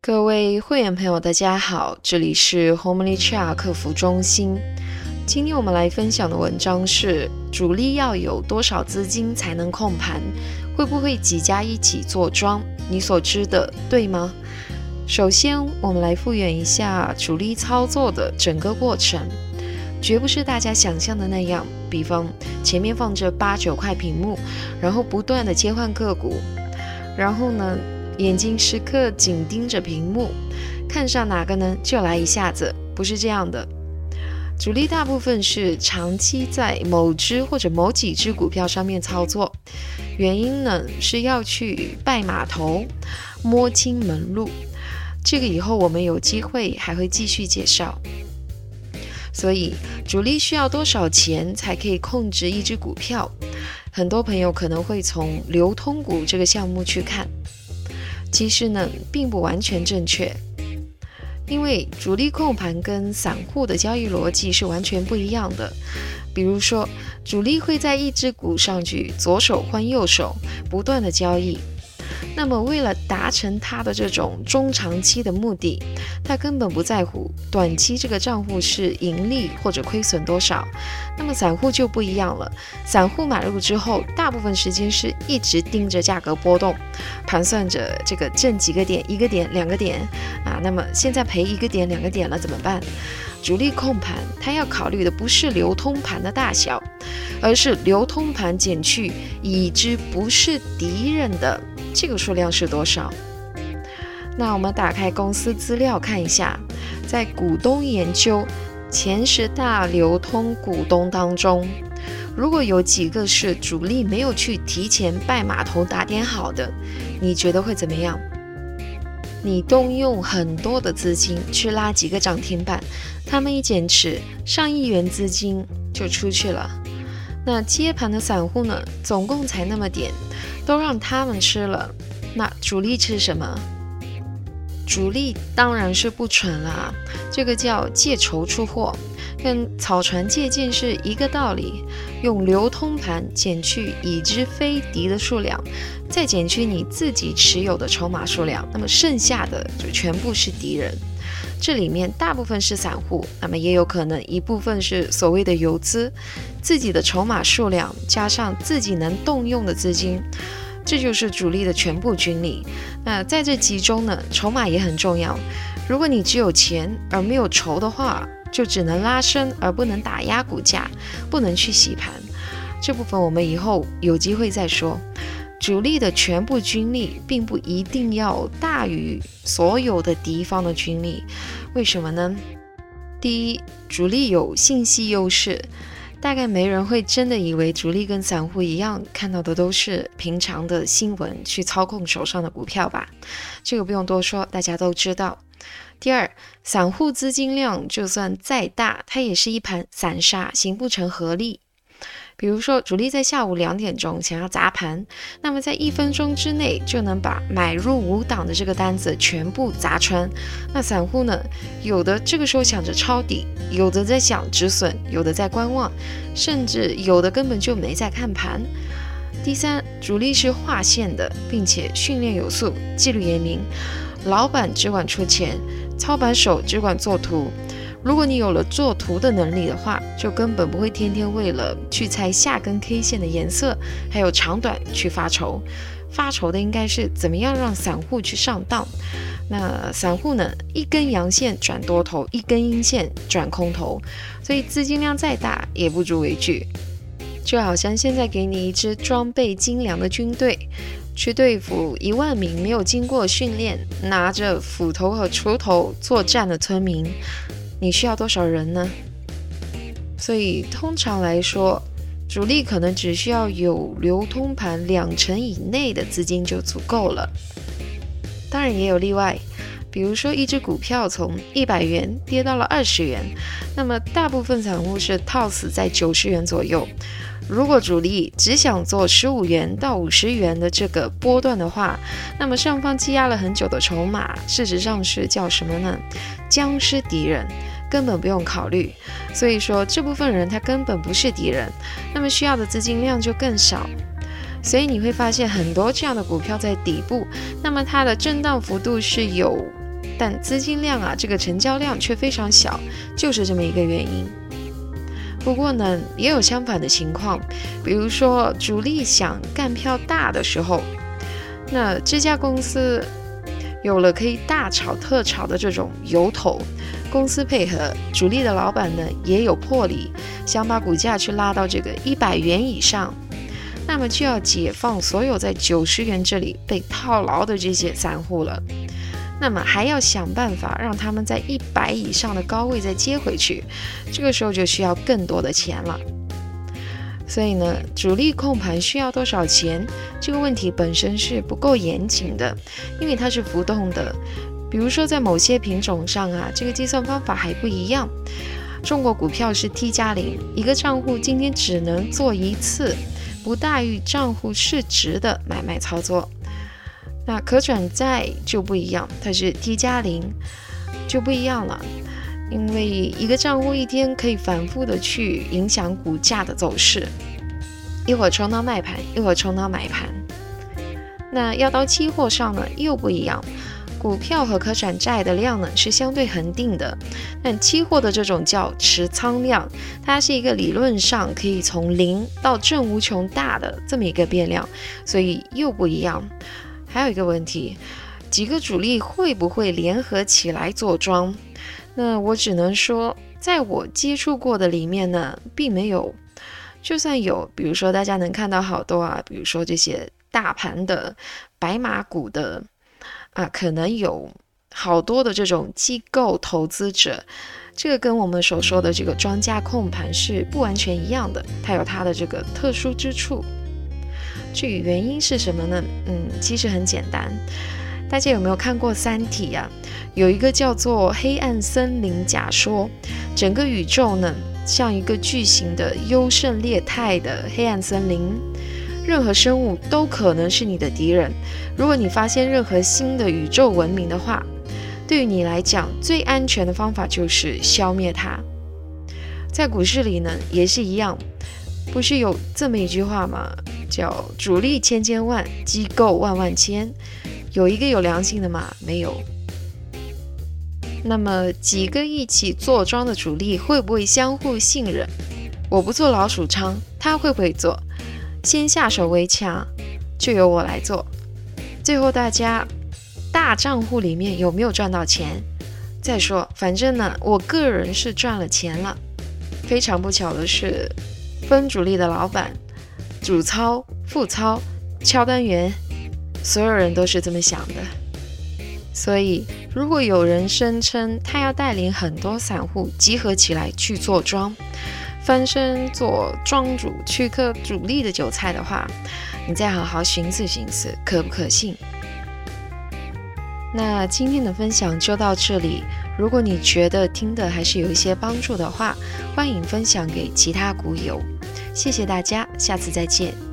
各位会员朋友，大家好，这里是 HomeLyChat 客服中心。今天我们来分享的文章是：主力要有多少资金才能控盘？会不会几家一起做庄？你所知的对吗？首先，我们来复原一下主力操作的整个过程，绝不是大家想象的那样。比方前面放着8-9块屏幕，然后不断的切换个股，然后呢，眼睛时刻紧盯着屏幕，看上哪个呢就来一下子，不是这样的。主力大部分是长期在某只或者某几只股票上面操作，原因呢是要去拜码头，摸清门路。这个以后我们有机会还会继续介绍。所以主力需要多少钱才可以控制一只股票？很多朋友可能会从流通股这个项目去看，其实呢并不完全正确，因为主力控盘跟散户的交易逻辑是完全不一样的。比如说，主力会在一只股上去左手换右手，不断的交易。那么为了达成他的这种中长期的目的，他根本不在乎短期这个账户是盈利或者亏损多少。那么散户就不一样了，散户买入之后，大部分时间是一直盯着价格波动，盘算着这个挣几个点，1个点、2个点啊。那么现在赔1个点、2个点了怎么办？主力控盘，他要考虑的不是流通盘的大小，而是流通盘减去已知不是敌人的这个数量是多少。那我们打开公司资料看一下，在股东研究前10大流通股东当中，如果有几个是主力没有去提前拜码头打点好的，你觉得会怎么样？你动用很多的资金去拉几个涨停板，他们一减持，上亿元资金就出去了。那接盘的散户呢，总共才那么点，都让他们吃了。那主力吃什么？主力当然是不纯啦，这个叫借筹出货，跟草船借箭是一个道理。用流通盘减去已知非敌的数量，再减去你自己持有的筹码数量，那么剩下的就全部是敌人。这里面大部分是散户，那么也有可能一部分是所谓的游资，自己的筹码数量加上自己能动用的资金，这就是主力的全部军力。那在这其中呢，筹码也很重要。如果你只有钱而没有筹的话，就只能拉升而不能打压股价，不能去洗盘。这部分我们以后有机会再说。主力的全部军力并不一定要大于所有的敌方的军力，为什么呢？第一，主力有信息优势，大概没人会真的以为主力跟散户一样，看到的都是平常的新闻去操控手上的股票吧，这个不用多说，大家都知道。第二，散户资金量就算再大，它也是一盘散沙，形不成合力。比如说主力在下午2点钟想要砸盘，那么在1分钟之内就能把买入5档的这个单子全部砸穿。那散户呢，有的这个时候想着抄底，有的在想止损，有的在观望，甚至有的根本就没在看盘。第三，主力是划线的，并且训练有素，纪律严明，老板只管出钱，操盘手只管做图。如果你有了做图的能力的话，就根本不会天天为了去猜下根 K 线的颜色还有长短去发愁。发愁的应该是怎么样让散户去上当。那散户呢，一根阳线转多头，一根阴线转空头，所以资金量再大也不足为惧。就好像现在给你一支装备精良的军队，去对付1万名没有经过训练，拿着斧头和锄头作战的村民，你需要多少人呢？所以通常来说，主力可能只需要有流通盘2成以内的资金就足够了。当然也有例外，比如说一只股票从100元跌到了20元，那么大部分散户是套死在90元左右。如果主力只想做15元到50元的这个波段的话，那么上方积压了很久的筹码，事实上是叫什么呢？僵尸敌人，根本不用考虑。所以说这部分人他根本不是敌人，那么需要的资金量就更少。所以你会发现很多这样的股票在底部，那么它的震荡幅度是有但资金量这个成交量却非常小，就是这么一个原因。不过呢，也有相反的情况，比如说主力想干票大的时候，那这家公司有了可以大炒特炒的这种由头，公司配合，主力的老板呢也有魄力，想把股价去拉到这个100元以上，那么就要解放所有在90元这里被套牢的这些散户了。那么还要想办法让他们在100以上的高位再接回去，这个时候就需要更多的钱了。所以呢，主力控盘需要多少钱，这个问题本身是不够严谨的，因为它是浮动的。比如说在某些品种上这个计算方法还不一样。中国股票是 T+0， 一个账户今天只能做一次不大于账户市值的买卖操作。那可转债就不一样，它是 T+0， 就不一样了，因为一个账户一天可以反复的去影响股价的走势，一会儿冲到卖盘，一会儿冲到买盘。那要到期货上呢又不一样，股票和可转债的量呢是相对恒定的，但期货的这种叫持仓量，它是一个理论上可以从0到正无穷大的这么一个变量，所以又不一样。还有一个问题，几个主力会不会联合起来做庄？那我只能说，在我接触过的里面呢，并没有。就算有，比如说大家能看到好多比如说这些大盘的白马股的可能有好多的这种机构投资者，这个跟我们所说的这个庄家控盘是不完全一样的，它有它的这个特殊之处。至于原因是什么呢？其实很简单，大家有没有看过《三体》有一个叫做黑暗森林假说，整个宇宙呢像一个巨型的优胜劣汰的黑暗森林，任何生物都可能是你的敌人。如果你发现任何新的宇宙文明的话，对于你来讲最安全的方法就是消灭它。在股市里呢也是一样，不是有这么一句话吗？叫主力千千万，机构万万千，有一个有良心的吗？没有。那么几个一起做庄的主力会不会相互信任？我不做老鼠仓，他会不会做？先下手为强，就由我来做。最后大家大账户里面有没有赚到钱？再说，反正呢，我个人是赚了钱了。非常不巧的是，分主力的老板、主操、副操、敲单员，所有人都是这么想的。所以如果有人声称他要带领很多散户集合起来去做庄，翻身做庄主，去割主力的韭菜的话，你再好好寻思寻思，可不可信？那今天的分享就到这里，如果你觉得听的还是有一些帮助的话，欢迎分享给其他股友。谢谢大家，下次再见。